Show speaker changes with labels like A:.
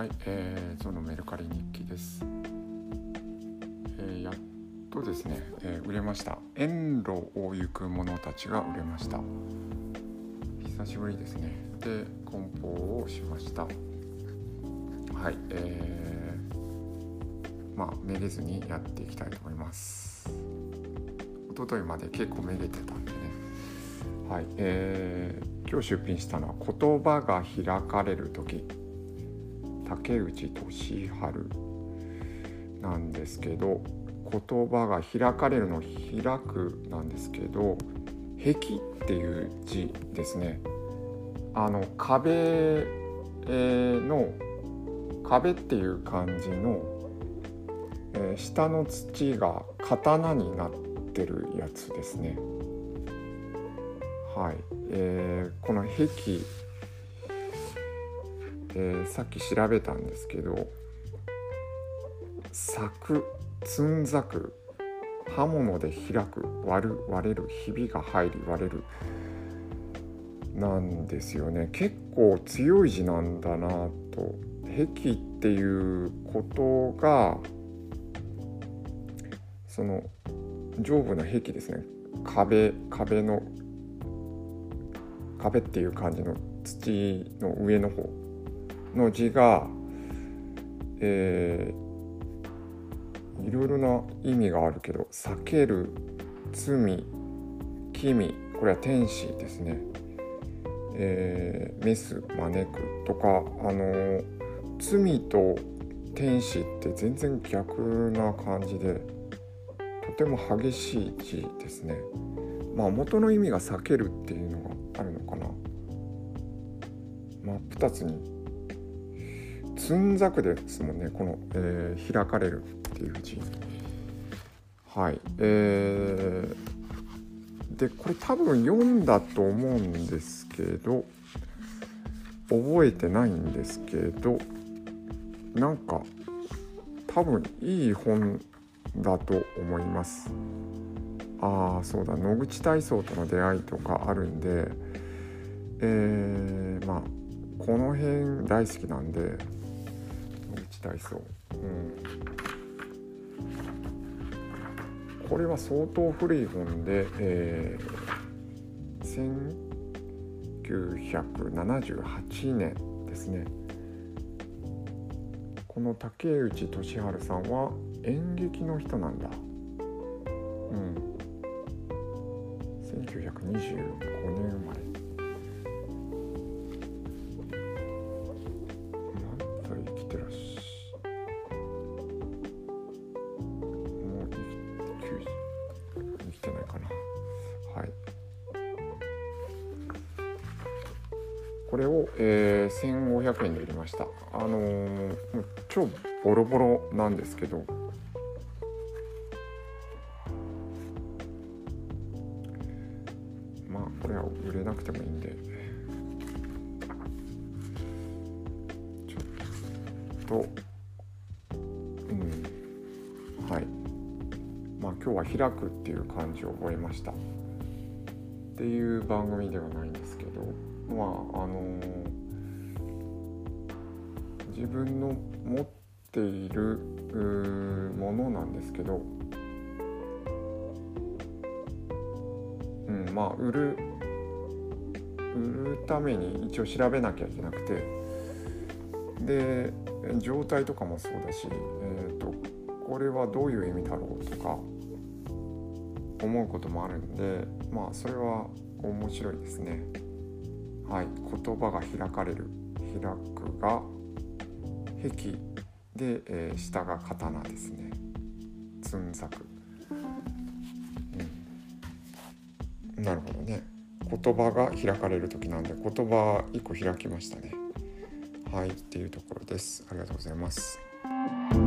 A: はい、ゾウのメルカリ日記です。やっとですね、売れました。遠路を行く者たちが売れました。久しぶりですね。で、梱包をしました。はい、めげずにやっていきたいと思います。一昨日まで結構めげてたんでね。はい、今日出品したのは言葉が開かれる時、竹内俊春なんですけど、言葉が開かれるの開くなんですけど、壁っていう字ですね。壁の壁っていう漢字の、下の土が刀になってるやつですね。はい、この壁、さっき調べたんですけど、裂く、つんざく、刃物で開く、割れる、ひびが入り割れるなんですよね。結構強い字なんだなと。壁っていうことが、その上部の壁ですね。壁っていう感じの土の上の方の字が、いろいろな意味があるけど、避ける、罪、君、これは天使ですね。召す、招くとか、罪と天使って全然逆な感じで、とても激しい字ですね。元の意味が避けるっていうのがあるのかな。真っ二つにつんざくですもんね、この、開かれるっていう字。はい、でこれ多分読んだと思うんですけど、覚えてないんですけど、なんか多分いい本だと思います。そうだ、野口体操との出会いとかあるんで、この辺大好きなんで、野口体操、これは相当古い本で、1978年ですね。この竹内俊春さんは演劇の人なんだ。1925年生まれ。まだ生きてらっしゃもう生きてないかな。はい。これを、1500円で売りました。超ボロボロなんですけど、これは売れなくてもいいんで、ちょっとはい、今日は開くっていう漢字を覚えましたっていう番組ではないんですけど、自分の持っているものなんですけど、売るために一応調べなきゃいけなくて、で状態とかもそうだし、これはどういう意味だろうとか思うこともあるんで、それは面白いですね。はい、言葉が開かれる、開くが壁で、下が刀ですね。つんざく。なるほどね。言葉が開かれる時なんで、言葉1個開きましたね。はい、っていうところです。ありがとうございます。